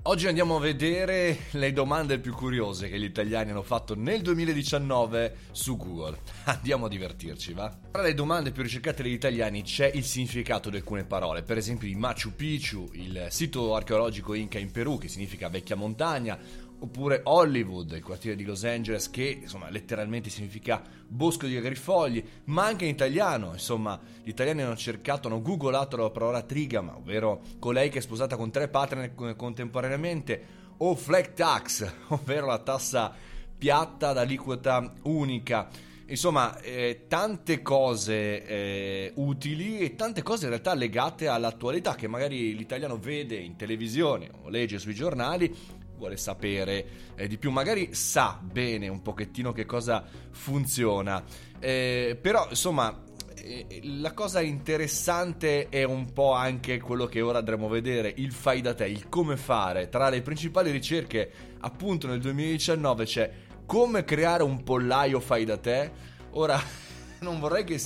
Oggi andiamo a vedere le domande più curiose che gli italiani hanno fatto nel 2019 su Google. Andiamo a divertirci, va? Tra le domande più ricercate dagli italiani c'è il significato di alcune parole, per esempio di Machu Picchu, il sito archeologico Inca in Perù, che significa vecchia montagna, oppure Hollywood, il quartiere di Los Angeles, che insomma letteralmente significa bosco di agrifogli, ma anche in italiano. Insomma, gli italiani hanno googolato la parola trigama, ovvero colei che è sposata con 3 partner contemporaneamente, o flat tax, ovvero la tassa piatta da aliquota unica. Insomma, tante cose utili e tante cose in realtà legate all'attualità che magari l'italiano vede in televisione o legge sui giornali, vuole sapere di più, magari sa bene un pochettino che cosa funziona, però insomma la cosa interessante è un po' anche quello che ora andremo a vedere, il fai da te, il come fare. Tra le principali ricerche appunto nel 2019 c'è come creare un pollaio fai da te. Ora non vorrei che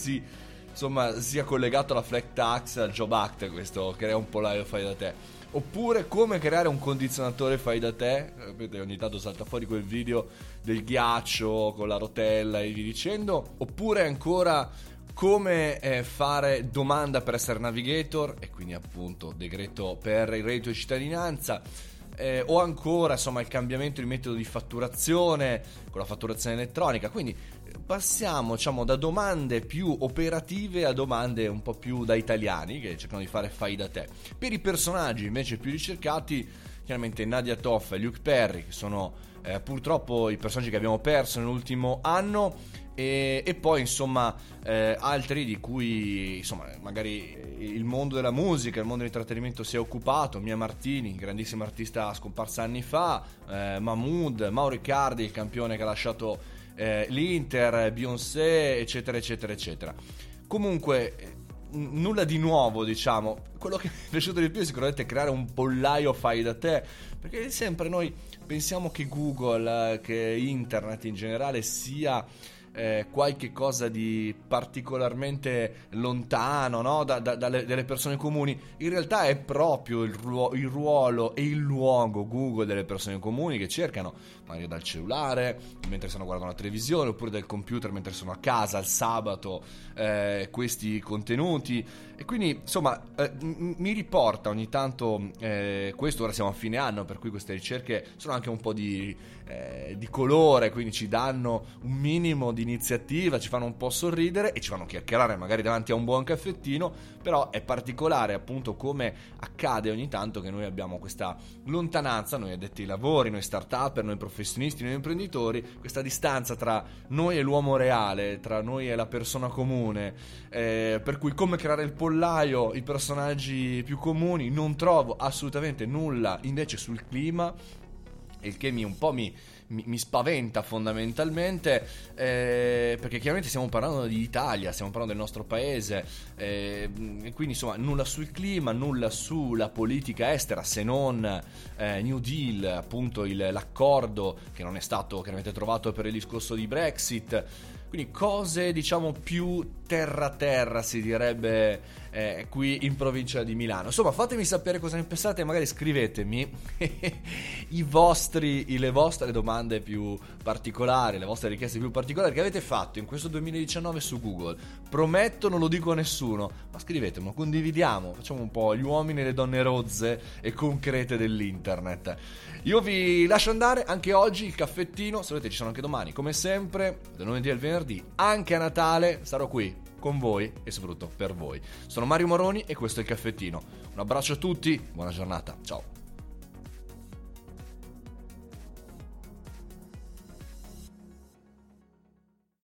sia collegato alla flat tax, al Job Act, questo crea un pollaio fai da te, oppure come creare un condizionatore fai da te. Vedete, ogni tanto salta fuori quel video del ghiaccio con la rotella e via dicendo, oppure ancora come fare domanda per essere navigator e quindi appunto decreto per il reddito di cittadinanza, o ancora insomma il cambiamento di metodo di fatturazione con la fatturazione elettronica. Quindi passiamo, diciamo, da domande più operative a domande un po' più da italiani che cercano di fare fai da te. Per i personaggi invece più ricercati, chiaramente Nadia Toff e Luke Perry, che sono purtroppo i personaggi che abbiamo perso nell'ultimo anno, e poi insomma altri di cui insomma magari il mondo della musica, il mondo dell'intrattenimento si è occupato. Mia Martini, grandissima artista scomparsa anni fa, Mahmood, Mauro Icardi, il campione che ha lasciato l'Inter, Beyoncé, eccetera eccetera eccetera. Comunque nulla di nuovo, diciamo. Quello che mi è piaciuto di più è sicuramente creare un pollaio fai da te, perché sempre noi pensiamo che Google, che internet in generale sia qualche cosa di particolarmente lontano, no? Dalle persone comuni. In realtà è proprio il ruolo e il luogo Google delle persone comuni che cercano magari dal cellulare mentre stanno guardando la televisione, oppure dal computer mentre sono a casa al sabato, questi contenuti. E quindi insomma mi riporta ogni tanto questo. Ora siamo a fine anno, per cui queste ricerche sono anche un po' di colore, quindi ci danno un minimo di iniziativa, ci fanno un po' sorridere e ci fanno chiacchierare magari davanti a un buon caffettino. Però è particolare appunto come accade ogni tanto che noi abbiamo questa lontananza, noi addetti ai lavori, noi start-up, noi professionisti, noi imprenditori, questa distanza tra noi e l'uomo reale, tra noi e la persona comune, per cui come creare il pollaio, i personaggi più comuni. Non trovo assolutamente nulla invece sul clima, il che mi spaventa fondamentalmente, perché chiaramente stiamo parlando di Italia, stiamo parlando del nostro paese, e quindi insomma nulla sul clima, nulla sulla politica estera, se non New Deal, appunto l'accordo che non è stato chiaramente trovato per il discorso di Brexit. Quindi cose diciamo più terra si direbbe qui in provincia di Milano. Insomma, fatemi sapere cosa ne pensate, magari scrivetemi le vostre domande più particolari, le vostre richieste più particolari che avete fatto in questo 2019 su Google. Prometto, non lo dico a nessuno, ma scrivetemelo, condividiamo, facciamo un po' gli uomini e le donne rozze e concrete dell'internet. Io vi lascio andare anche oggi, il caffettino, se volete ci sono anche domani, come sempre, dal lunedì al venerdì, anche a Natale sarò qui con voi e soprattutto per voi. Sono Mario Moroni e questo è il caffettino. Un abbraccio a tutti, buona giornata, ciao.